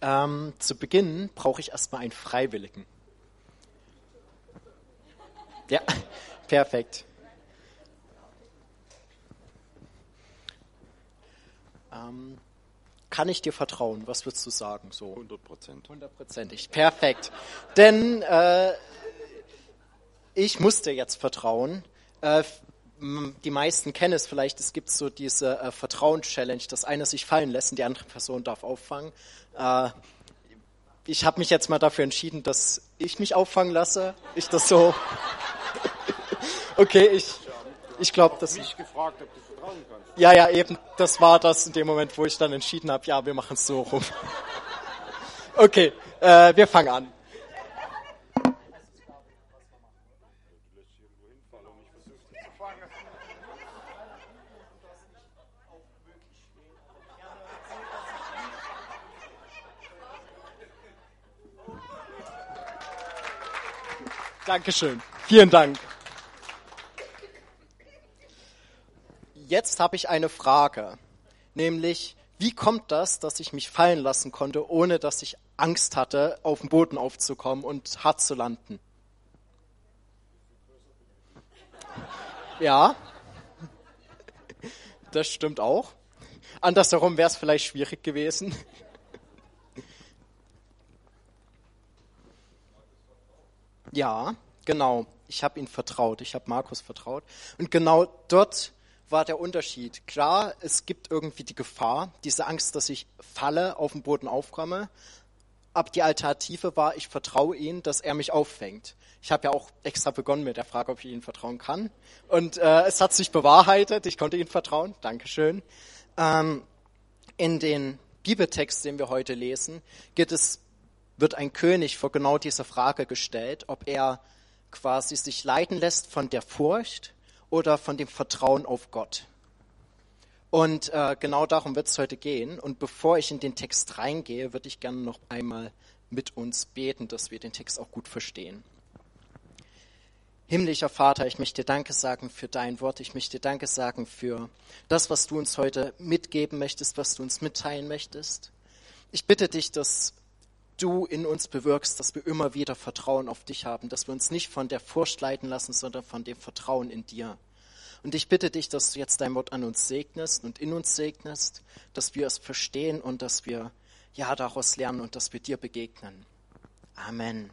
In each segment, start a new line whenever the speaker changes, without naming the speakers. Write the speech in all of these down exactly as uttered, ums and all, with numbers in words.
Ähm, zu Beginn brauche ich erstmal einen Freiwilligen. Ja, perfekt. Ähm, kann ich dir vertrauen? Was würdest du sagen? So
hundert Prozent.
hundertprozentig. Perfekt. Denn äh, ich muss dir jetzt vertrauen. Äh, die meisten kennen es vielleicht. Es gibt so diese äh, Vertrauens-Challenge, dass einer sich fallen lässt und die andere Person darf auffangen. Äh, ich habe mich jetzt mal dafür entschieden, dass ich mich auffangen lasse. Ich das so... Okay, ich, ich glaube, das...
mich gefragt, ob du vertrauen kannst.
Ja, ja, eben, das war das in dem Moment, wo ich dann entschieden habe, ja, wir machen es so rum. Okay, äh, wir fangen an. Dankeschön, vielen Dank. Jetzt habe ich eine Frage, nämlich, wie kommt das, dass ich mich fallen lassen konnte, ohne dass ich Angst hatte, auf den Boden aufzukommen und hart zu landen? Ja, das stimmt auch. Andersherum wäre es vielleicht schwierig gewesen. Ja, genau. Ich habe ihm vertraut. Ich habe Markus vertraut. Und genau dort war der Unterschied. Klar, es gibt irgendwie die Gefahr, diese Angst, dass ich falle, auf den Boden aufkomme. Aber die Alternative war, ich vertraue ihm, dass er mich auffängt. Ich habe ja auch extra begonnen mit der Frage, ob ich ihm vertrauen kann. Und äh, es hat sich bewahrheitet. Ich konnte ihm vertrauen. Dankeschön. Ähm, in den Bibeltext, den wir heute lesen, geht es, wird ein König vor genau dieser Frage gestellt, ob er quasi sich leiten lässt von der Furcht oder von dem Vertrauen auf Gott. Und äh, genau darum wird es heute gehen. Und bevor ich in den Text reingehe, würde ich gerne noch einmal mit uns beten, dass wir den Text auch gut verstehen. Himmlischer Vater, ich möchte dir Danke sagen für dein Wort. Ich möchte dir Danke sagen für das, was du uns heute mitgeben möchtest, was du uns mitteilen möchtest. Ich bitte dich, dass du in uns bewirkst, dass wir immer wieder Vertrauen auf dich haben, dass wir uns nicht von der Furcht leiten lassen, sondern von dem Vertrauen in dir. Und ich bitte dich, dass du jetzt dein Wort an uns segnest und in uns segnest, dass wir es verstehen und dass wir ja daraus lernen und dass wir dir begegnen. Amen.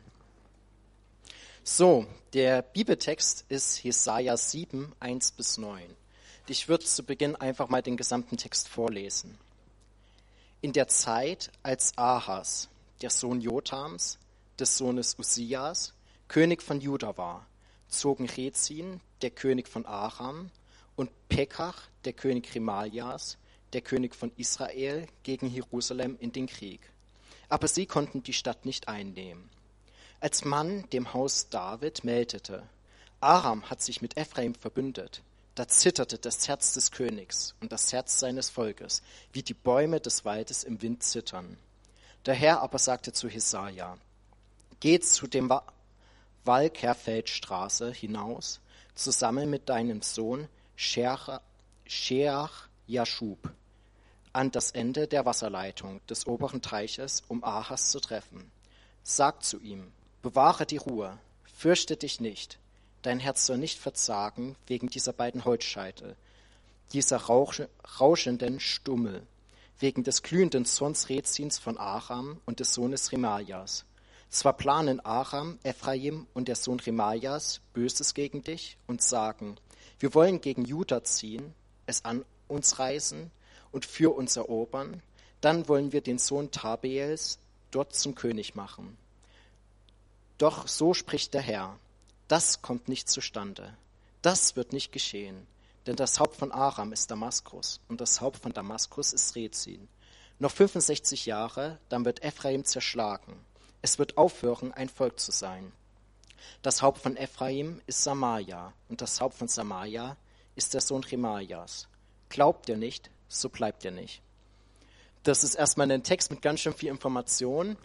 So, der Bibeltext ist Jesaja sieben, eins bis neun. Ich würde zu Beginn einfach mal den gesamten Text vorlesen. In der Zeit, als Ahas, der Sohn Jotams, des Sohnes Usias, König von Juda war, zogen Rezin, der König von Aram, und Pekach, der König Remaljas, der König von Israel, gegen Jerusalem in den Krieg. Aber sie konnten die Stadt nicht einnehmen. Als man dem Haus David meldete, Aram hat sich mit Ephraim verbündet, da zitterte das Herz des Königs und das Herz seines Volkes, wie die Bäume des Waldes im Wind zittern. Der Herr aber sagte zu Jesaja, geht zu dem Walkerfeldstraße hinaus, zusammen mit deinem Sohn Sheach Jashub, an das Ende der Wasserleitung des oberen Teiches, um Ahas zu treffen. Sag zu ihm, bewahre die Ruhe, fürchte dich nicht, dein Herz soll nicht verzagen wegen dieser beiden Holzscheitel, dieser rauschenden Stummel, wegen des glühenden Zorns Rezins von Aram und des Sohnes Remaljas. Zwar planen Aram, Ephraim und der Sohn Remaljas Böses gegen dich und sagen, wir wollen gegen Juda ziehen, es an uns reißen und für uns erobern, dann wollen wir den Sohn Tabeels dort zum König machen. Doch so spricht der Herr, das kommt nicht zustande, das wird nicht geschehen. Denn das Haupt von Aram ist Damaskus und das Haupt von Damaskus ist Rezin. Noch fünfundsechzig Jahre, dann wird Ephraim zerschlagen. Es wird aufhören, ein Volk zu sein. Das Haupt von Ephraim ist Samaria und das Haupt von Samaria ist der Sohn Remaljas. Glaubt ihr nicht, so bleibt ihr nicht. Das ist erstmal ein Text mit ganz schön viel Information.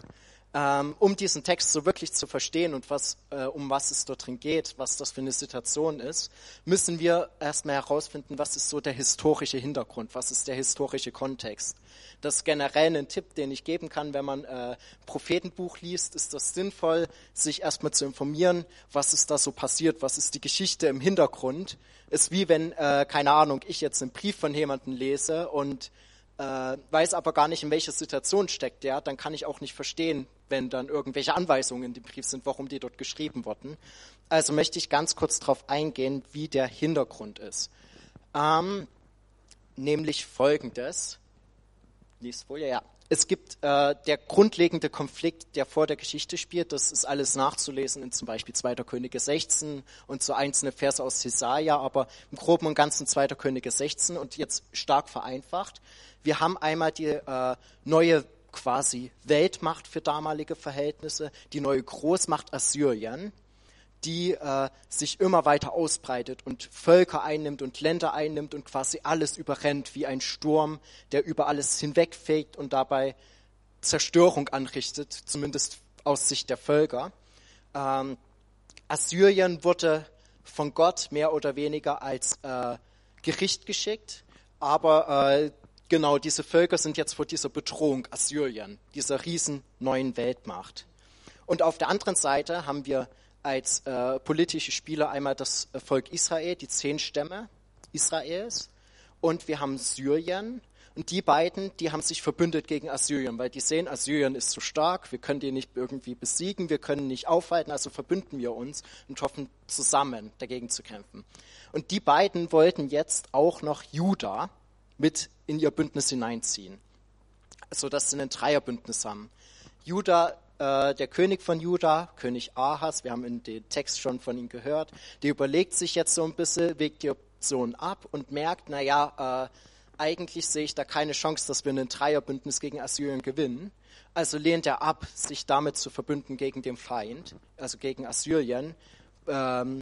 Ähm, um diesen Text so wirklich zu verstehen und was, äh, um was es dort drin geht, was das für eine Situation ist, müssen wir erstmal herausfinden, was ist so der historische Hintergrund, was ist der historische Kontext. Das ist generell ein Tipp, den ich geben kann, wenn man äh, Prophetenbuch liest, ist das sinnvoll, sich erstmal zu informieren, was ist da so passiert, was ist die Geschichte im Hintergrund. Ist wie wenn, äh, keine Ahnung, ich jetzt einen Brief von jemandem lese und äh, weiß aber gar nicht, in welcher Situation steckt der, dann kann ich auch nicht verstehen, wenn dann irgendwelche Anweisungen in dem Brief sind, warum die dort geschrieben wurden. Also möchte ich ganz kurz darauf eingehen, wie der Hintergrund ist. Ähm, nämlich folgendes. Lies wohl, ja, ja. Es gibt äh, der grundlegende Konflikt, der vor der Geschichte spielt. Das ist alles nachzulesen in zum Beispiel zweiter Könige sechzehn und so einzelne Verse aus Jesaja, aber im Groben und Ganzen zweiter Könige sechzehn und jetzt stark vereinfacht. Wir haben einmal die äh, neue quasi Weltmacht für damalige Verhältnisse, die neue Großmacht Assyrien, die äh, sich immer weiter ausbreitet und Völker einnimmt und Länder einnimmt und quasi alles überrennt wie ein Sturm, der über alles hinwegfegt und dabei Zerstörung anrichtet, zumindest aus Sicht der Völker. Ähm, Assyrien wurde von Gott mehr oder weniger als äh, Gericht geschickt, aber äh, genau diese Völker sind jetzt vor dieser Bedrohung Assyrien, dieser riesen neuen Weltmacht. Und auf der anderen Seite haben wir als äh, politische Spieler einmal das Volk Israel, die zehn Stämme Israels, und wir haben Syrien. Und die beiden, die haben sich verbündet gegen Assyrien, weil die sehen, Assyrien ist zu stark, wir können die nicht irgendwie besiegen, wir können nicht aufhalten, also verbünden wir uns und hoffen zusammen dagegen zu kämpfen. Und die beiden wollten jetzt auch noch Juda mit in ihr Bündnis hineinziehen, sodass sie ein Dreierbündnis haben. Juda, äh, der König von Juda, König Ahas, wir haben in dem Text schon von ihm gehört, der überlegt sich jetzt so ein bisschen, wägt die Option ab und merkt, naja, äh, eigentlich sehe ich da keine Chance, dass wir ein Dreierbündnis gegen Assyrien gewinnen. Also lehnt er ab, sich damit zu verbünden gegen den Feind, also gegen Assyrien. Ähm,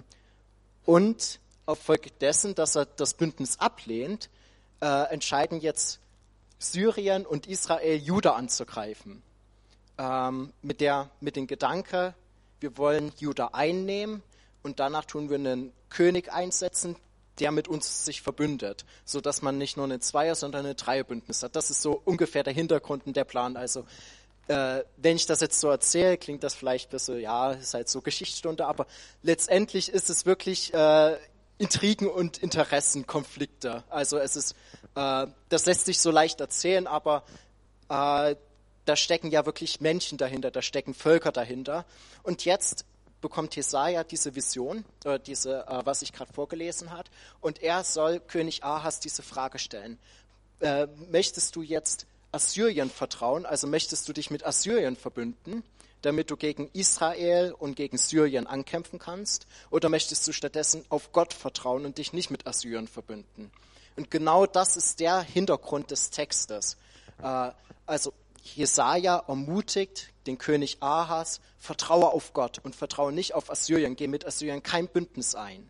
und auf Folge dessen, dass er das Bündnis ablehnt, äh, entscheiden jetzt Syrien und Israel, Juda anzugreifen. Ähm, mit, der, mit dem Gedanke, wir wollen Juda einnehmen und danach tun wir einen König einsetzen, der mit uns sich verbündet, sodass man nicht nur eine Zweier-, sondern eine Dreierbündnis hat. Das ist so ungefähr der Hintergrund und der Plan. Also äh, wenn ich das jetzt so erzähle, klingt das vielleicht ein bisschen, ja, ist halt so Geschichtsstunde, aber letztendlich ist es wirklich äh, Intrigen und Interessenkonflikte. Also es ist, äh, das lässt sich so leicht erzählen, aber äh, da stecken ja wirklich Menschen dahinter, da stecken Völker dahinter. Und jetzt bekommt Jesaja diese Vision, äh, diese, äh, was ich gerade vorgelesen habe, und er soll König Ahas diese Frage stellen. Äh, möchtest du jetzt Assyrien vertrauen, also möchtest du dich mit Assyrien verbünden, damit du gegen Israel und gegen Syrien ankämpfen kannst, oder möchtest du stattdessen auf Gott vertrauen und dich nicht mit Assyrien verbünden? Und genau das ist der Hintergrund des Textes. Äh, also Jesaja ermutigt den König Ahas, vertraue auf Gott und vertraue nicht auf Assyrien, geh mit Assyrien kein Bündnis ein.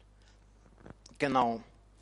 Genau.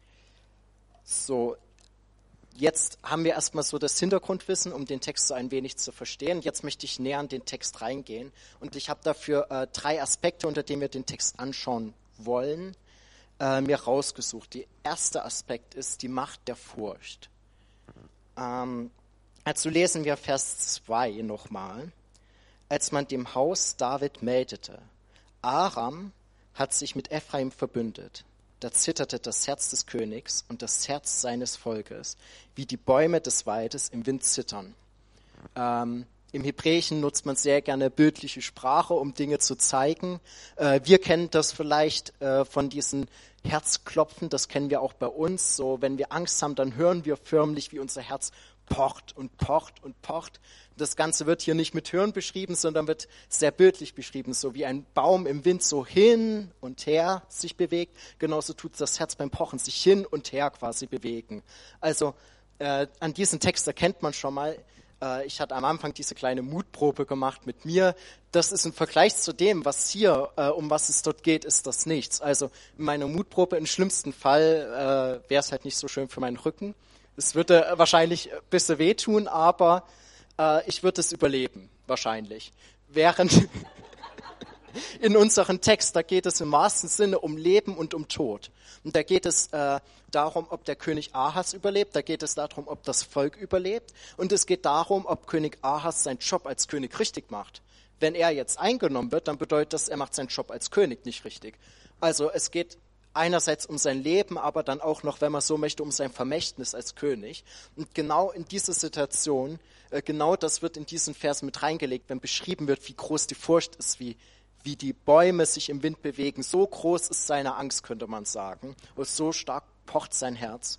So, jetzt haben wir erstmal so das Hintergrundwissen, um den Text so ein wenig zu verstehen. Jetzt möchte ich näher in den Text reingehen und ich habe dafür äh, drei Aspekte, unter denen wir den Text anschauen wollen, äh, mir rausgesucht. Der erste Aspekt ist die Macht der Furcht. Ähm, Also lesen wir Vers zwei nochmal. Als man dem Haus David meldete, Aram hat sich mit Ephraim verbündet, da zitterte das Herz des Königs und das Herz seines Volkes, wie die Bäume des Waldes im Wind zittern. Ähm, Im Hebräischen nutzt man sehr gerne bildliche Sprache, um Dinge zu zeigen. Äh, wir kennen das vielleicht äh, von diesen Herzklopfen, das kennen wir auch bei uns. So, wenn wir Angst haben, dann hören wir förmlich, wie unser Herz pocht und pocht und pocht. Das Ganze wird hier nicht mit Hören beschrieben, sondern wird sehr bildlich beschrieben, so wie ein Baum im Wind so hin und her sich bewegt. Genauso tut das Herz beim Pochen sich hin und her quasi bewegen. Also äh, an diesem Text erkennt man schon mal, äh, ich hatte am Anfang diese kleine Mutprobe gemacht mit mir. Das ist im Vergleich zu dem, was hier, äh, um was es dort geht, ist das nichts. Also in meiner Mutprobe im schlimmsten Fall äh, wäre es halt nicht so schön für meinen Rücken. Es würde wahrscheinlich ein bisschen wehtun, aber Äh, ich würde es überleben, wahrscheinlich. Während in unserem Text, da geht es im wahrsten Sinne um Leben und um Tod. Und da geht es äh, darum, ob der König Ahas überlebt, da geht es darum, ob das Volk überlebt und es geht darum, ob König Ahas seinen Job als König richtig macht. Wenn er jetzt eingenommen wird, dann bedeutet das, er macht seinen Job als König nicht richtig. Also es geht einerseits um sein Leben, aber dann auch noch, wenn man so möchte, um sein Vermächtnis als König. Und genau in dieser Situation, äh, genau das wird in diesen Vers mit reingelegt, wenn beschrieben wird, wie groß die Furcht ist, wie wie die Bäume sich im Wind bewegen. So groß ist seine Angst, könnte man sagen. Und so stark pocht sein Herz.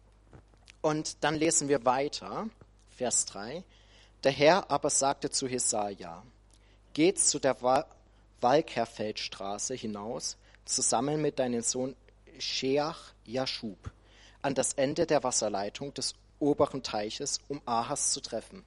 Und dann lesen wir weiter, Vers drei. Der Herr aber sagte zu Jesaja, geht zu der Walkerfeldstraße hinaus, zusammen mit deinem Sohn Sheach Jaschub, an das Ende der Wasserleitung des oberen Teiches, um Ahas zu treffen.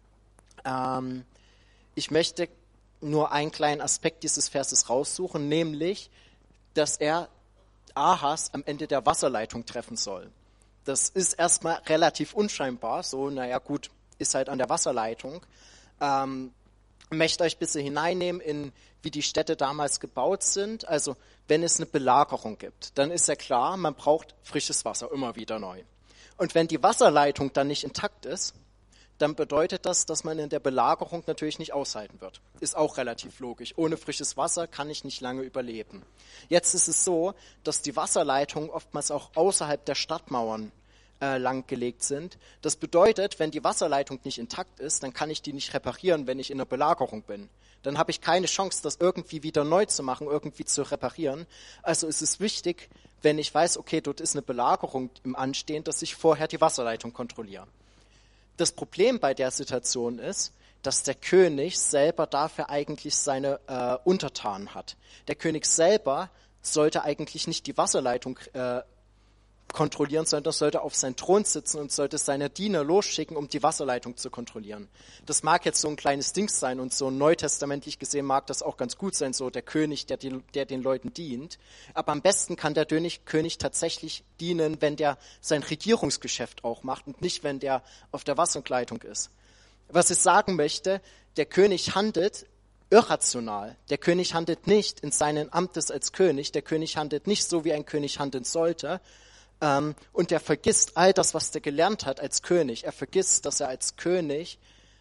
Ähm, ich möchte nur einen kleinen Aspekt dieses Verses raussuchen, nämlich, dass er Ahas am Ende der Wasserleitung treffen soll. Das ist erstmal relativ unscheinbar, so, naja gut, ist halt an der Wasserleitung. Ähm, möchte euch ein bisschen hineinnehmen in, wie die Städte damals gebaut sind. Also, wenn es eine Belagerung gibt, dann ist ja klar, man braucht frisches Wasser immer wieder neu. Und wenn die Wasserleitung dann nicht intakt ist, dann bedeutet das, dass man in der Belagerung natürlich nicht aushalten wird. Ist auch relativ logisch. Ohne frisches Wasser kann ich nicht lange überleben. Jetzt ist es so, dass die Wasserleitungen oftmals auch außerhalb der Stadtmauern äh, langgelegt sind. Das bedeutet, wenn die Wasserleitung nicht intakt ist, dann kann ich die nicht reparieren, wenn ich in der Belagerung bin. Dann habe ich keine Chance, das irgendwie wieder neu zu machen, irgendwie zu reparieren. Also ist es wichtig, wenn ich weiß, okay, dort ist eine Belagerung im Anstehen, dass ich vorher die Wasserleitung kontrolliere. Das Problem bei der Situation ist, dass der König selber dafür eigentlich seine äh, Untertanen hat. Der König selber sollte eigentlich nicht die Wasserleitung äh, kontrollieren, sondern sollte auf seinen Thron sitzen und sollte seine Diener losschicken, um die Wasserleitung zu kontrollieren. Das mag jetzt so ein kleines Ding sein und so neutestamentlich gesehen mag das auch ganz gut sein, so der König, der, die, der den Leuten dient. Aber am besten kann der König tatsächlich dienen, wenn der sein Regierungsgeschäft auch macht und nicht, wenn der auf der Wasserleitung ist. Was ich sagen möchte, der König handelt irrational. Der König handelt nicht in seinen Amtes als König. Der König handelt nicht so, wie ein König handeln sollte. Ähm, und er vergisst all das, was er gelernt hat als König. Er vergisst, dass er als König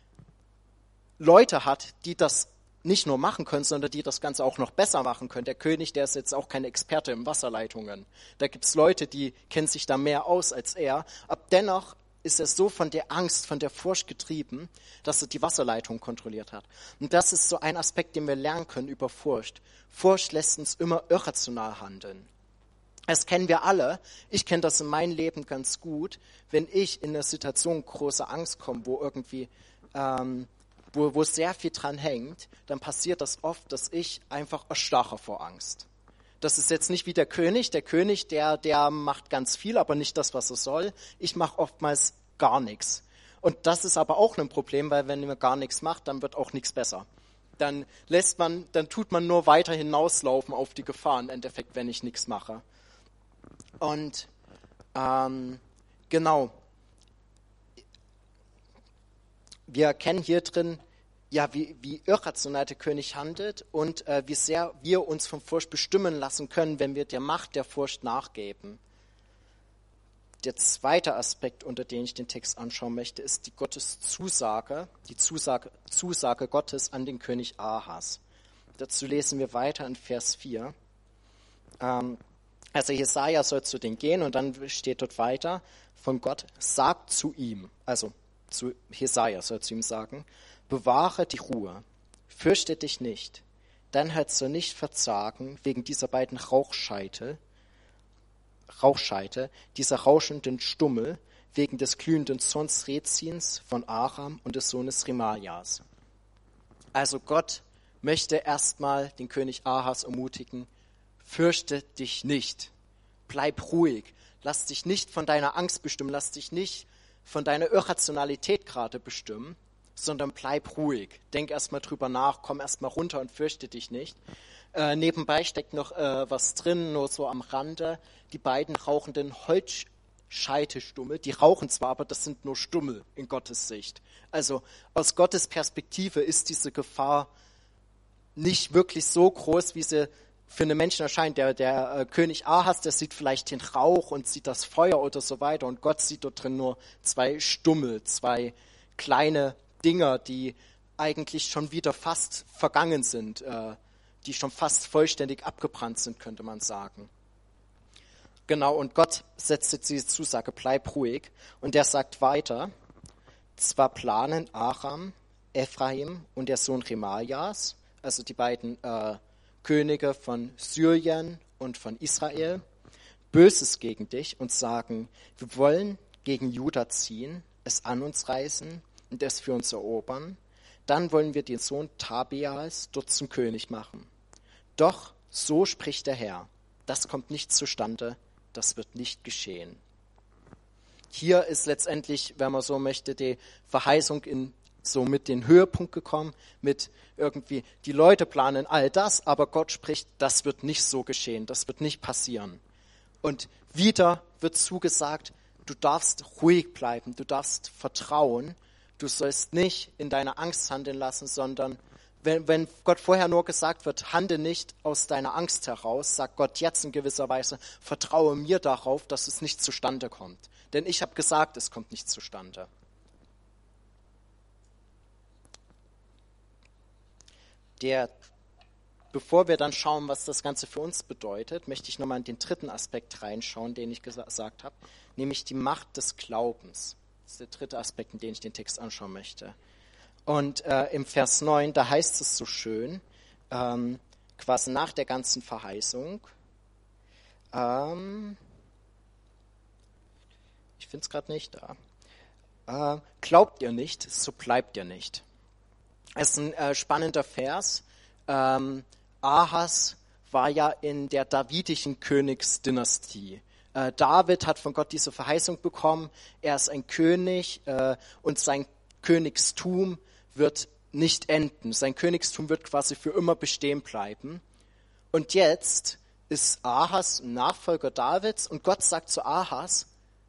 Leute hat, die das nicht nur machen können, sondern die das Ganze auch noch besser machen können. Der König, der ist jetzt auch kein Experte in Wasserleitungen. Da gibt es Leute, die kennen sich da mehr aus als er. Aber dennoch ist er so von der Angst, von der Furcht getrieben, dass er die Wasserleitung kontrolliert hat. Und das ist so ein Aspekt, den wir lernen können über Furcht. Furcht lässt uns immer irrational handeln. Das kennen wir alle. Ich kenne das in meinem Leben ganz gut. Wenn ich in eine Situation große Angst komme, wo irgendwie, ähm, wo, wo sehr viel dran hängt, dann passiert das oft, dass ich einfach erstarre vor Angst. Das ist jetzt nicht wie der König. Der König, der, der macht ganz viel, aber nicht das, was er soll. Ich mache oftmals gar nichts. Und das ist aber auch ein Problem, weil wenn man gar nichts macht, dann wird auch nichts besser. Dann lässt man, dann tut man nur weiter hinauslaufen auf die Gefahr im Endeffekt, wenn ich nichts mache. Und ähm, genau, wir erkennen hier drin, ja, wie, wie irrational der König handelt und äh, wie sehr wir uns von Furcht bestimmen lassen können, wenn wir der Macht der Furcht nachgeben. Der zweite Aspekt, unter den ich den Text anschauen möchte, ist die Gotteszusage, die Zusage, Zusage Gottes an den König Ahas. Dazu lesen wir weiter in Vers vier. Ähm, Also Jesaja soll zu denen gehen und dann steht dort weiter von Gott, sagt zu ihm, also zu Jesaja soll zu ihm sagen, bewahre die Ruhe, fürchte dich nicht, dein Herz soll nicht verzagen wegen dieser beiden Rauchscheite, Rauchscheite, dieser rauschenden Stummel, wegen des glühenden Zorns Rezins von Aram und des Sohnes Remaljas. Also Gott möchte erstmal den König Ahas ermutigen, fürchte dich nicht, bleib ruhig, lass dich nicht von deiner Angst bestimmen, lass dich nicht von deiner Irrationalität gerade bestimmen, sondern bleib ruhig. Denk erstmal drüber nach, komm erstmal runter und fürchte dich nicht. Äh, nebenbei steckt noch äh, was drin, nur so am Rande. Die beiden rauchenden Holz, Scheitestummel. Die rauchen zwar, aber das sind nur Stummel in Gottes Sicht. Also aus Gottes Perspektive ist diese Gefahr nicht wirklich so groß, wie sie für einen Menschen erscheint. Der, der äh, König Ahas, der sieht vielleicht den Rauch und sieht das Feuer oder so weiter. Und Gott sieht dort drin nur zwei Stummel, zwei kleine Dinger, die eigentlich schon wieder fast vergangen sind, äh, die schon fast vollständig abgebrannt sind, könnte man sagen. Genau, und Gott setzt jetzt diese Zusage, bleib ruhig. Und er sagt weiter, zwar planen Aram, Ephraim und der Sohn Remalias, also die beiden äh, Könige von Syrien und von Israel, Böses gegen dich und sagen, wir wollen gegen Juda ziehen, es an uns reißen und es für uns erobern. Dann wollen wir den Sohn Tabeas dort zum König machen. Doch so spricht der Herr, das kommt nicht zustande, das wird nicht geschehen. Hier ist letztendlich, wenn man so möchte, die Verheißung in so mit den Höhepunkt gekommen, mit irgendwie, die Leute planen all das, aber Gott spricht, das wird nicht so geschehen, das wird nicht passieren. Und wieder wird zugesagt, du darfst ruhig bleiben, du darfst vertrauen, du sollst nicht in deiner Angst handeln lassen, sondern wenn, wenn Gott vorher nur gesagt wird, handle nicht aus deiner Angst heraus, sagt Gott jetzt in gewisser Weise, vertraue mir darauf, dass es nicht zustande kommt. Denn ich habe gesagt, es kommt nicht zustande. Der, bevor wir dann schauen, was das Ganze für uns bedeutet, möchte ich nochmal in den dritten Aspekt reinschauen, den ich gesagt habe, nämlich die Macht des Glaubens. Das ist der dritte Aspekt, in den ich den Text anschauen möchte. Und äh, im Vers neun, da heißt es so schön, ähm, quasi nach der ganzen Verheißung, ähm, ich finde es gerade nicht da, äh, glaubt ihr nicht, so bleibt ihr nicht. Es ist ein äh, spannender Vers. Ähm, Ahas war ja in der davidischen Königsdynastie. Äh, David hat von Gott diese Verheißung bekommen. Er ist ein König äh, und sein Königstum wird nicht enden. Sein Königstum wird quasi für immer bestehen bleiben. Und jetzt ist Ahas Nachfolger Davids und Gott sagt zu Ahas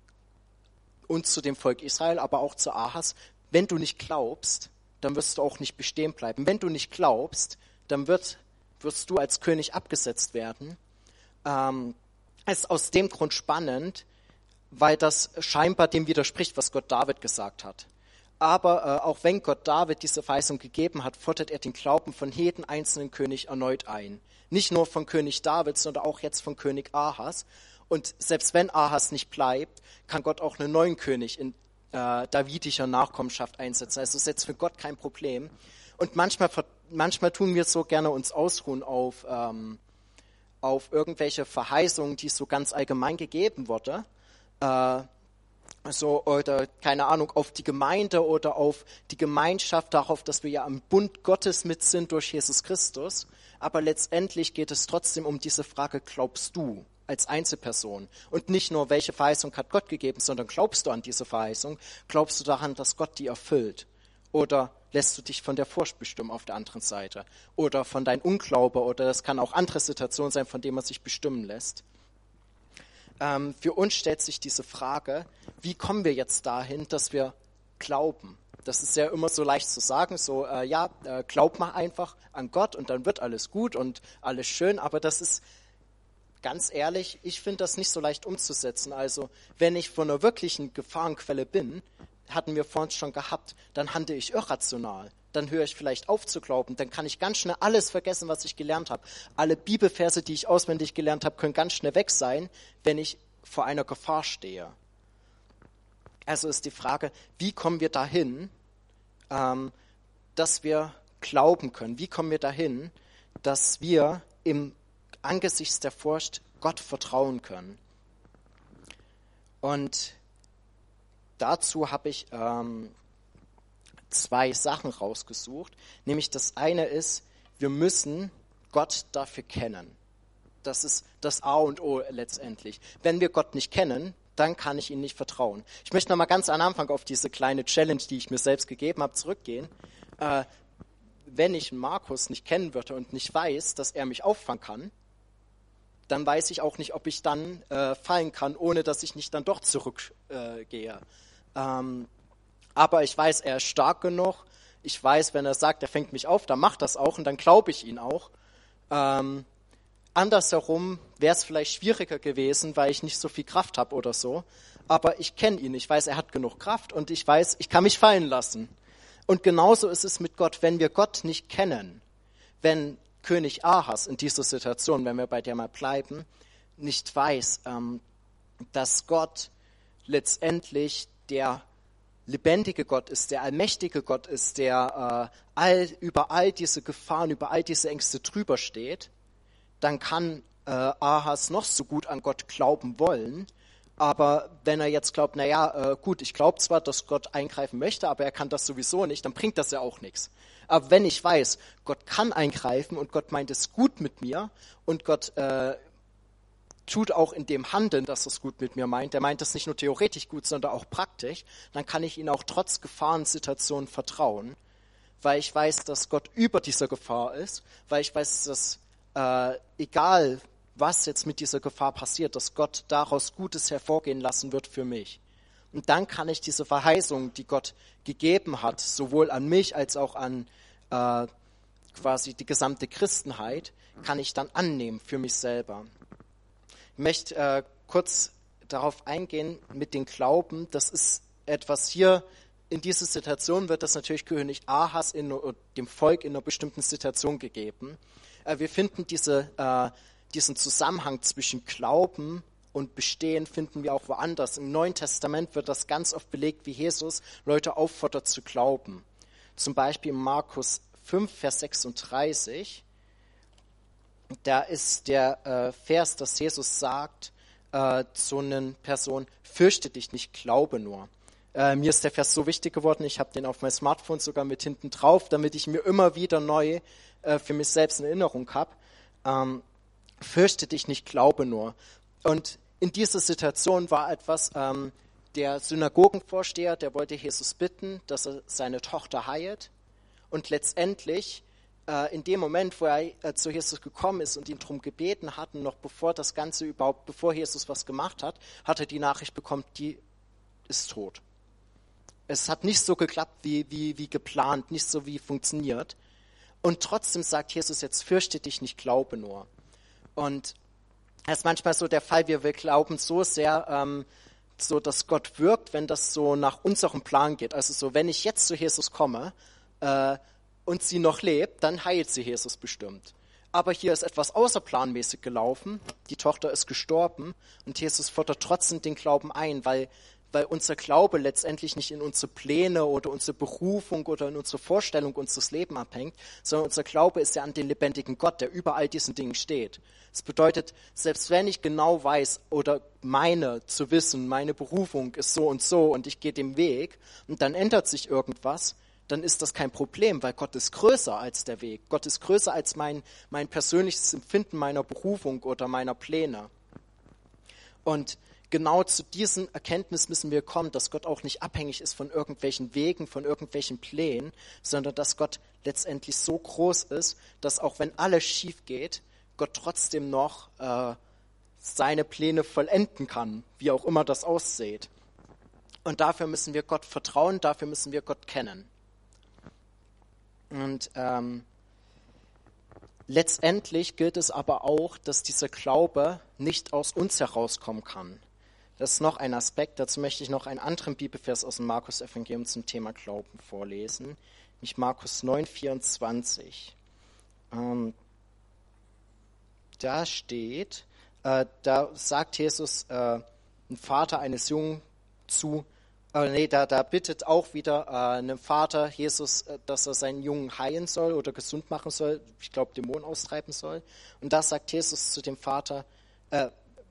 und zu dem Volk Israel, aber auch zu Ahas, wenn du nicht glaubst, dann wirst du auch nicht bestehen bleiben. Wenn du nicht glaubst, dann wird, wirst du als König abgesetzt werden. Ähm, es ist aus dem Grund spannend, weil das scheinbar dem widerspricht, was Gott David gesagt hat. Aber äh, auch wenn Gott David diese Verheißung gegeben hat, fordert er den Glauben von jedem einzelnen König erneut ein. Nicht nur von König David, sondern auch jetzt von König Ahas. Und selbst wenn Ahas nicht bleibt, kann Gott auch einen neuen König in äh, davidischer Nachkommenschaft einsetzen. Also ist jetzt für Gott kein Problem. Und manchmal, manchmal tun wir so gerne uns ausruhen auf, ähm, auf irgendwelche Verheißungen, die so ganz allgemein gegeben wurde. Äh, so, oder keine Ahnung, auf die Gemeinde oder auf die Gemeinschaft, darauf, dass wir ja am Bund Gottes mit sind durch Jesus Christus. Aber letztendlich geht es trotzdem um diese Frage, glaubst du als Einzelperson? Und nicht nur, welche Verheißung hat Gott gegeben, sondern glaubst du an diese Verheißung? Glaubst du daran, dass Gott die erfüllt? Oder lässt du dich von der Furcht bestimmen auf der anderen Seite? Oder von deinem Unglaube? Oder das kann auch andere Situationen sein, von denen man sich bestimmen lässt. Ähm, für uns stellt sich diese Frage, wie kommen wir jetzt dahin, dass wir glauben? Das ist ja immer so leicht zu sagen, so, äh, ja, äh, glaub mal einfach an Gott und dann wird alles gut und alles schön, aber das ist, ganz ehrlich, ich finde das nicht so leicht umzusetzen. Also, wenn ich von einer wirklichen Gefahrenquelle bin, hatten wir vorhin schon gehabt, dann handle ich irrational. Dann höre ich vielleicht auf zu glauben. Dann kann ich ganz schnell alles vergessen, was ich gelernt habe. Alle Bibelverse, die ich auswendig gelernt habe, können ganz schnell weg sein, wenn ich vor einer Gefahr stehe. Also ist die Frage, wie kommen wir dahin, ähm, dass wir glauben können? Wie kommen wir dahin, dass wir im angesichts der Furcht Gott vertrauen können? Und dazu habe ich ähm, zwei Sachen rausgesucht. Nämlich das eine ist, wir müssen Gott dafür kennen. Das ist das A und O letztendlich. Wenn wir Gott nicht kennen, dann kann ich ihm nicht vertrauen. Ich möchte noch mal ganz am Anfang auf diese kleine Challenge, die ich mir selbst gegeben habe, zurückgehen. Äh, wenn ich Markus nicht kennen würde und nicht weiß, dass er mich auffangen kann, dann weiß ich auch nicht, ob ich dann äh, fallen kann, ohne dass ich nicht dann doch zurückgehe. Äh, gehe. ähm, aber ich weiß, er ist stark genug. Ich weiß, wenn er sagt, er fängt mich auf, dann macht das auch und dann glaube ich ihn auch. Ähm, andersherum wäre es vielleicht schwieriger gewesen, weil ich nicht so viel Kraft habe oder so. Aber ich kenne ihn, ich weiß, er hat genug Kraft und ich weiß, ich kann mich fallen lassen. Und genauso ist es mit Gott, wenn wir Gott nicht kennen, wenn König Ahas in dieser Situation, wenn wir bei der mal bleiben, nicht weiß, ähm, dass Gott letztendlich der lebendige Gott ist, der allmächtige Gott ist, der äh, all, über all diese Gefahren, über all diese Ängste drüber steht, dann kann äh, Ahas noch so gut an Gott glauben wollen, aber wenn er jetzt glaubt, naja, äh, gut, ich glaube zwar, dass Gott eingreifen möchte, aber er kann das sowieso nicht, dann bringt das ja auch nichts. Aber wenn ich weiß, Gott kann eingreifen und Gott meint es gut mit mir und Gott äh, tut auch in dem Handeln, dass es gut mit mir meint, der meint das nicht nur theoretisch gut, sondern auch praktisch, dann kann ich ihm auch trotz Gefahrensituationen vertrauen, weil ich weiß, dass Gott über dieser Gefahr ist, weil ich weiß, dass äh, egal was jetzt mit dieser Gefahr passiert, dass Gott daraus Gutes hervorgehen lassen wird für mich. Und dann kann ich diese Verheißung, die Gott gegeben hat, sowohl an mich als auch an äh, quasi die gesamte Christenheit, kann ich dann annehmen für mich selber. Ich möchte äh, kurz darauf eingehen mit dem Glauben. Das ist etwas hier, in dieser Situation wird das natürlich König Ahas in dem Volk in einer bestimmten Situation gegeben. Äh, wir finden diese, äh, diesen Zusammenhang zwischen Glauben und Bestehen finden wir auch woanders. Im Neuen Testament wird das ganz oft belegt, wie Jesus Leute auffordert zu glauben. Zum Beispiel in Markus fünf, Vers sechsunddreißig. Da ist der äh, Vers, dass Jesus sagt äh, zu einer Person, fürchte dich nicht, glaube nur. Äh, mir ist der Vers so wichtig geworden, ich habe den auf mein Smartphone sogar mit hinten drauf, damit ich mir immer wieder neu äh, für mich selbst in Erinnerung habe. Ähm, fürchte dich nicht, glaube nur. Und in dieser Situation war etwas, ähm, der Synagogenvorsteher, der wollte Jesus bitten, dass er seine Tochter heilt. Und letztendlich, äh, in dem Moment, wo er äh, zu Jesus gekommen ist und ihn darum gebeten hat, und noch bevor das Ganze überhaupt, bevor Jesus was gemacht hat, hat er die Nachricht bekommen, die ist tot. Es hat nicht so geklappt, wie, wie, wie geplant, nicht so wie funktioniert. Und trotzdem sagt Jesus jetzt, fürchte dich nicht, glaube nur. Und das ist manchmal so der Fall, wir, wir glauben so sehr, ähm, so dass Gott wirkt, wenn das so nach unserem Plan geht. Also so, wenn ich jetzt zu Jesus komme äh, und sie noch lebt, dann heilt sie Jesus bestimmt. Aber hier ist etwas außerplanmäßig gelaufen, die Tochter ist gestorben und Jesus fordert trotzdem den Glauben ein, weil, weil unser Glaube letztendlich nicht in unsere Pläne oder unsere Berufung oder in unsere Vorstellung unseres Lebens abhängt, sondern unser Glaube ist ja an den lebendigen Gott, der über all diesen Dingen steht. Das bedeutet, selbst wenn ich genau weiß oder meine zu wissen, meine Berufung ist so und so und ich gehe den Weg und dann ändert sich irgendwas, dann ist das kein Problem, weil Gott ist größer als der Weg. Gott ist größer als mein, mein persönliches Empfinden meiner Berufung oder meiner Pläne. Und genau zu diesen Erkenntnis müssen wir kommen, dass Gott auch nicht abhängig ist von irgendwelchen Wegen, von irgendwelchen Plänen, sondern dass Gott letztendlich so groß ist, dass auch wenn alles schief geht, Gott trotzdem noch äh, seine Pläne vollenden kann, wie auch immer das aussieht. Und dafür müssen wir Gott vertrauen, dafür müssen wir Gott kennen. Und ähm, letztendlich gilt es aber auch, dass dieser Glaube nicht aus uns herauskommen kann. Das ist noch ein Aspekt, dazu möchte ich noch einen anderen Bibelvers aus dem Markus-Evangelium zum Thema Glauben vorlesen, nämlich Markus neun, vierundzwanzig. Ähm, da steht, äh, da sagt Jesus äh, ein Vater eines Jungen zu, äh, nee, da, da bittet auch wieder äh, einem Vater Jesus, äh, dass er seinen Jungen heilen soll oder gesund machen soll, ich glaube Dämonen austreiben soll. Und da sagt Jesus zu dem Vater, äh,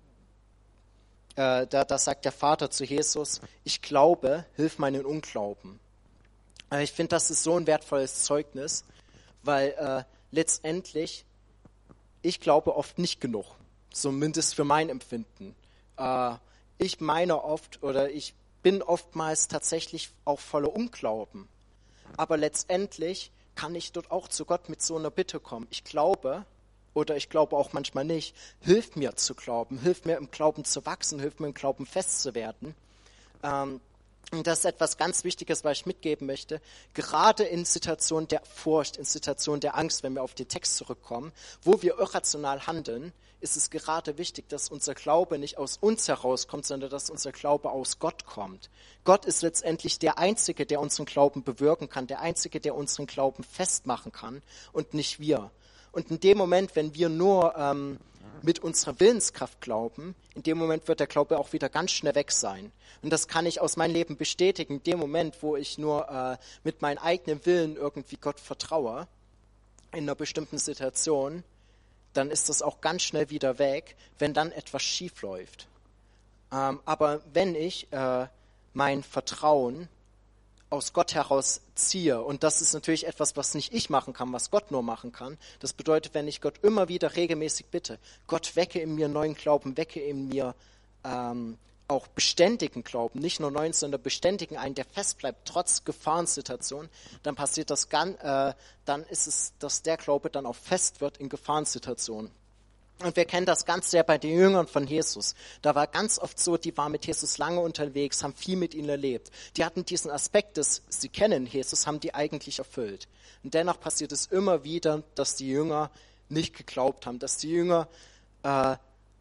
äh, da, da sagt der Vater zu Jesus, ich glaube, hilf meinen Unglauben. Äh, ich finde, das ist so ein wertvolles Zeugnis, weil äh, letztendlich ich glaube oft nicht genug, zumindest für mein Empfinden. Äh, ich meine oft oder ich bin oftmals tatsächlich auch voller Unglauben. Aber letztendlich kann ich dort auch zu Gott mit so einer Bitte kommen. Ich glaube oder ich glaube auch manchmal nicht, hilft mir zu glauben, hilft mir im Glauben zu wachsen, hilft mir im Glauben fest zu werden. Ähm, und das ist etwas ganz Wichtiges, was ich mitgeben möchte. Gerade in Situationen der Furcht, in Situationen der Angst, wenn wir auf den Text zurückkommen, wo wir irrational handeln, ist es gerade wichtig, dass unser Glaube nicht aus uns herauskommt, sondern dass unser Glaube aus Gott kommt. Gott ist letztendlich der Einzige, der unseren Glauben bewirken kann, der Einzige, der unseren Glauben festmachen kann und nicht wir. Und in dem Moment, wenn wir nur ähm, mit unserer Willenskraft glauben, in dem Moment wird der Glaube auch wieder ganz schnell weg sein. Und das kann ich aus meinem Leben bestätigen. In dem Moment, wo ich nur äh, mit meinem eigenen Willen irgendwie Gott vertraue, in einer bestimmten Situation, dann ist das auch ganz schnell wieder weg, wenn dann etwas schief läuft. Ähm, aber wenn ich äh, mein Vertrauen aus Gott heraus ziehe, und das ist natürlich etwas, was nicht ich machen kann, was Gott nur machen kann, das bedeutet, wenn ich Gott immer wieder regelmäßig bitte, Gott wecke in mir neuen Glauben, wecke in mir ähm, auch beständigen Glauben, nicht nur neuen, sondern beständigen einen, der fest bleibt, trotz Gefahrensituationen, dann passiert das, gan- äh, dann ist es, dass der Glaube dann auch fest wird in Gefahrensituationen. Und wir kennen das ganz sehr bei den Jüngern von Jesus. Da war ganz oft so, die waren mit Jesus lange unterwegs, haben viel mit ihm erlebt. Die hatten diesen Aspekt des, sie kennen Jesus, haben die eigentlich erfüllt. Und dennoch passiert es immer wieder, dass die Jünger nicht geglaubt haben, dass die Jünger äh,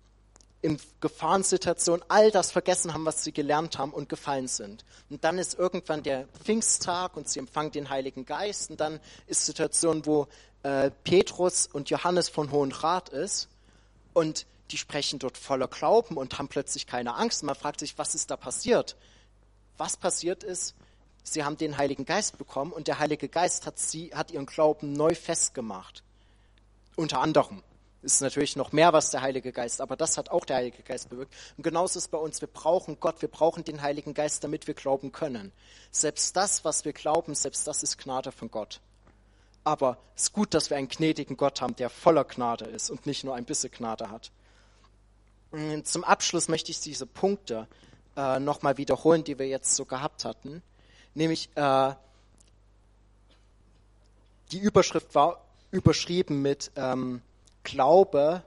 in Gefahrensituationen all das vergessen haben, was sie gelernt haben und gefallen sind. Und dann ist irgendwann der Pfingsttag und sie empfangen den Heiligen Geist. Und dann ist Situation, wo äh, Petrus und Johannes von Hohen Rat ist. Und die sprechen dort voller Glauben und haben plötzlich keine Angst. Man fragt sich, was ist da passiert? Was passiert ist, sie haben den Heiligen Geist bekommen und der Heilige Geist hat, sie, hat ihren Glauben neu festgemacht. Unter anderem. Ist natürlich noch mehr, was der Heilige Geist, aber das hat auch der Heilige Geist bewirkt. Und genauso ist es bei uns, wir brauchen Gott, wir brauchen den Heiligen Geist, damit wir glauben können. Selbst das, was wir glauben, selbst das ist Gnade von Gott. Aber es ist gut, dass wir einen gnädigen Gott haben, der voller Gnade ist und nicht nur ein bisschen Gnade hat. Und zum Abschluss möchte ich diese Punkte äh, nochmal wiederholen, die wir jetzt so gehabt hatten. Nämlich, äh, die Überschrift war überschrieben mit ähm, Glaube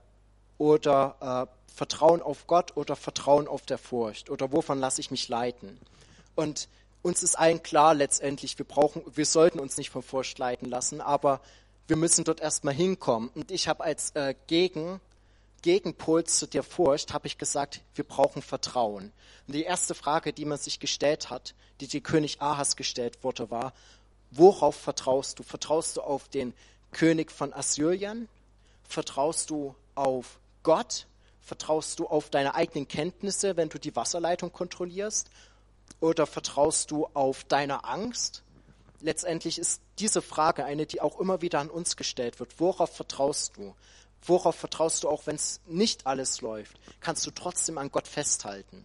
oder äh, Vertrauen auf Gott oder Vertrauen auf der Furcht oder wovon lasse ich mich leiten. Und uns ist allen klar letztendlich, wir brauchen, wir sollten uns nicht von Furcht leiten lassen, aber wir müssen dort erstmal hinkommen. Und ich habe als äh, Gegen, Gegenpol zu der Furcht, habe ich gesagt, wir brauchen Vertrauen. Und die erste Frage, die man sich gestellt hat, die die König Ahas gestellt wurde, war, worauf vertraust du? Vertraust du auf den König von Assyrien? Vertraust du auf Gott? Vertraust du auf deine eigenen Kenntnisse, wenn du die Wasserleitung kontrollierst? Oder vertraust du auf deine Angst? Letztendlich ist diese Frage eine, die auch immer wieder an uns gestellt wird. Worauf vertraust du? Worauf vertraust du, auch wenn es nicht alles läuft? Kannst du trotzdem an Gott festhalten?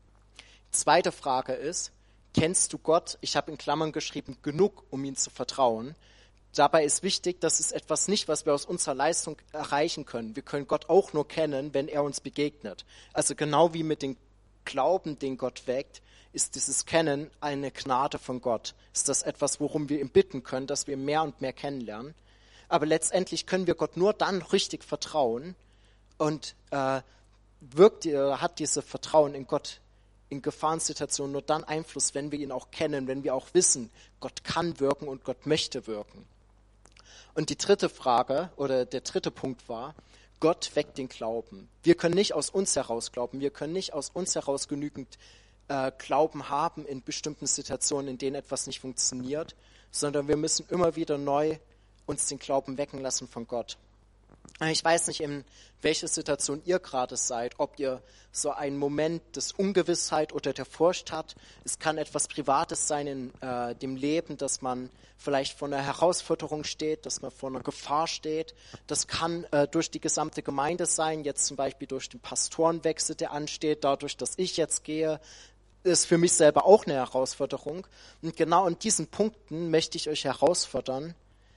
Zweite Frage ist, kennst du Gott? Ich habe in Klammern geschrieben, genug, um ihm zu vertrauen. Dabei ist wichtig, das ist etwas nicht, was wir aus unserer Leistung erreichen können. Wir können Gott auch nur kennen, wenn er uns begegnet. Also genau wie mit dem Glauben, den Gott weckt, ist dieses Kennen eine Gnade von Gott. Ist das etwas, worum wir ihm bitten können, dass wir mehr und mehr kennenlernen. Aber letztendlich können wir Gott nur dann richtig vertrauen und äh, wirkt, äh, hat dieses Vertrauen in Gott in Gefahrensituationen nur dann Einfluss, wenn wir ihn auch kennen, wenn wir auch wissen, Gott kann wirken und Gott möchte wirken. Und die dritte Frage oder der dritte Punkt war, Gott weckt den Glauben. Wir können nicht aus uns heraus glauben, wir können nicht aus uns heraus genügend äh, Glauben haben in bestimmten Situationen, in denen etwas nicht funktioniert, sondern wir müssen immer wieder neu uns den Glauben wecken lassen von Gott. Ich weiß nicht, in welcher Situation ihr gerade seid, ob ihr so einen Moment des Ungewissheit oder der Furcht habt. Es kann etwas Privates sein in äh, dem Leben, dass man vielleicht vor einer Herausforderung steht, dass man vor einer Gefahr steht. Das kann äh, durch die gesamte Gemeinde sein, jetzt zum Beispiel durch den Pastorenwechsel, der ansteht, dadurch, dass ich jetzt gehe, ist für mich selber auch eine Herausforderung. Und genau in diesen Punkten möchte ich euch herausfordern,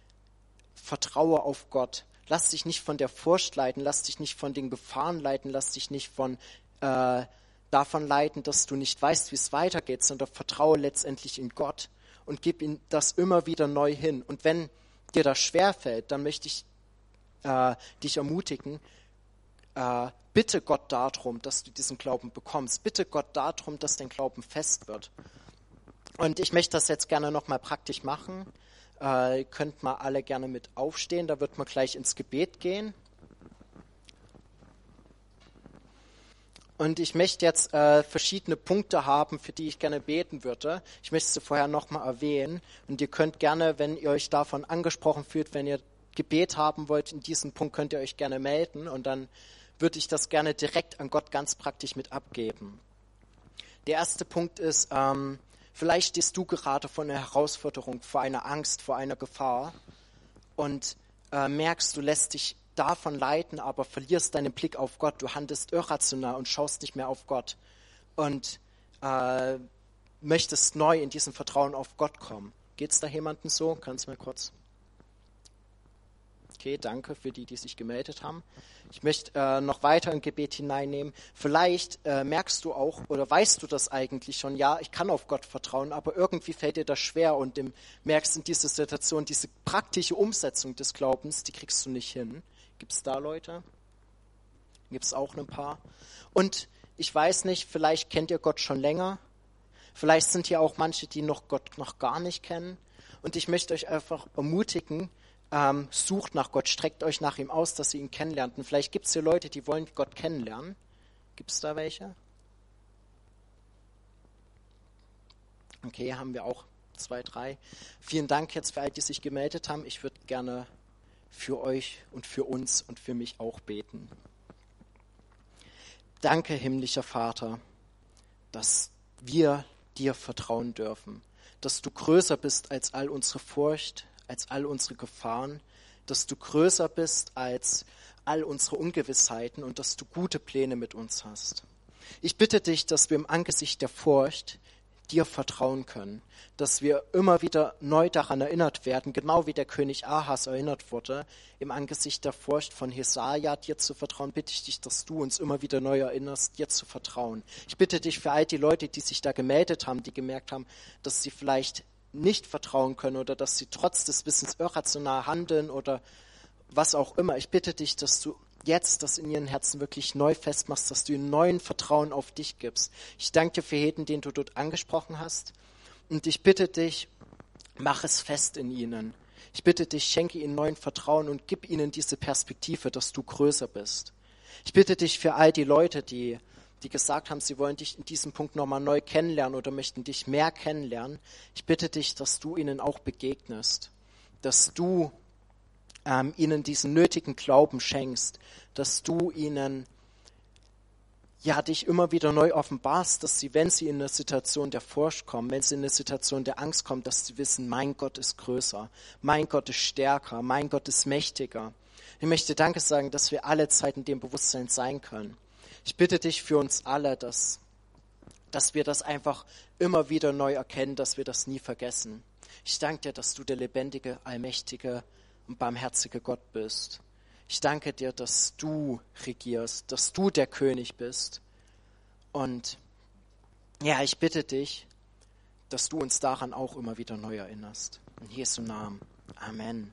vertraue auf Gott. Lass dich nicht von der Furcht leiten, lass dich nicht von den Gefahren leiten, lass dich nicht von, äh, davon leiten, dass du nicht weißt, wie es weitergeht, sondern vertraue letztendlich in Gott und gib ihm das immer wieder neu hin. Und wenn dir das schwerfällt, dann möchte ich äh, dich ermutigen, äh, bitte Gott darum, dass du diesen Glauben bekommst. Bitte Gott darum, dass dein Glauben fest wird. Und ich möchte das jetzt gerne nochmal praktisch machen. Äh, ihr könnt mal alle gerne mit aufstehen, da wird man gleich ins Gebet gehen. Und ich möchte jetzt äh, verschiedene Punkte haben, für die ich gerne beten würde. Ich möchte sie vorher nochmal erwähnen. Und ihr könnt gerne, wenn ihr euch davon angesprochen fühlt, wenn ihr Gebet haben wollt, in diesem Punkt könnt ihr euch gerne melden. Und dann würde ich das gerne direkt an Gott ganz praktisch mit abgeben. Der erste Punkt ist, ähm, vielleicht stehst du gerade vor einer Herausforderung, vor einer Angst, vor einer Gefahr und äh, merkst, du lässt dich davon leiten, aber verlierst deinen Blick auf Gott. Du handelst irrational und schaust nicht mehr auf Gott und äh, möchtest neu in diesem Vertrauen auf Gott kommen. Geht es da jemandem so? Kannst du mal kurz? Okay, danke für die, die sich gemeldet haben. Ich möchte äh, noch weiter ein Gebet hineinnehmen. Vielleicht äh, merkst du auch oder weißt du das eigentlich schon, ja, ich kann auf Gott vertrauen, aber irgendwie fällt dir das schwer und im, merkst in dieser Situation, diese praktische Umsetzung des Glaubens, die kriegst du nicht hin. Gibt es da Leute? Gibt es auch ein paar? Und ich weiß nicht, vielleicht kennt ihr Gott schon länger. Vielleicht sind hier auch manche, die noch Gott noch gar nicht kennen. Und ich möchte euch einfach ermutigen, ähm, sucht nach Gott, streckt euch nach ihm aus, dass ihr ihn kennenlernt. Und vielleicht gibt es hier Leute, die wollen Gott kennenlernen. Gibt es da welche? Okay, haben wir auch zwei, drei. Vielen Dank jetzt für all die sich gemeldet haben. Ich würde gerne für euch und für uns und für mich auch beten. Danke, himmlischer Vater, dass wir dir vertrauen dürfen, dass du größer bist als all unsere Furcht, als all unsere Gefahren, dass du größer bist als all unsere Ungewissheiten und dass du gute Pläne mit uns hast. Ich bitte dich, dass wir im Angesicht der Furcht dir vertrauen können, dass wir immer wieder neu daran erinnert werden, genau wie der König Ahas erinnert wurde, im Angesicht der Furcht von Jesaja dir zu vertrauen, bitte ich dich, dass du uns immer wieder neu erinnerst, dir zu vertrauen. Ich bitte dich für all die Leute, die sich da gemeldet haben, die gemerkt haben, dass sie vielleicht nicht vertrauen können oder dass sie trotz des Wissens irrational handeln oder was auch immer. Ich bitte dich, dass du jetzt das in ihren Herzen wirklich neu festmachst, dass du ihnen neuen Vertrauen auf dich gibst. Ich danke dir für jeden, den du dort angesprochen hast. Und ich bitte dich, mach es fest in ihnen. Ich bitte dich, schenke ihnen neuen Vertrauen und gib ihnen diese Perspektive, dass du größer bist. Ich bitte dich für all die Leute, die, die gesagt haben, sie wollen dich in diesem Punkt nochmal neu kennenlernen oder möchten dich mehr kennenlernen. Ich bitte dich, dass du ihnen auch begegnest, dass du Ähm, ihnen diesen nötigen Glauben schenkst, dass du ihnen ja dich immer wieder neu offenbarst, dass sie, wenn sie in eine Situation der Furcht kommen, wenn sie in eine Situation der Angst kommen, dass sie wissen, mein Gott ist größer, mein Gott ist stärker, mein Gott ist mächtiger. Ich möchte Danke sagen, dass wir alle Zeit in dem Bewusstsein sein können. Ich bitte dich für uns alle, dass, dass wir das einfach immer wieder neu erkennen, dass wir das nie vergessen. Ich danke dir, dass du der lebendige, allmächtige und barmherzige Gott bist. Ich danke dir, dass du regierst, dass du der König bist. Und ja, ich bitte dich, dass du uns daran auch immer wieder neu erinnerst. In Jesu Namen. Amen.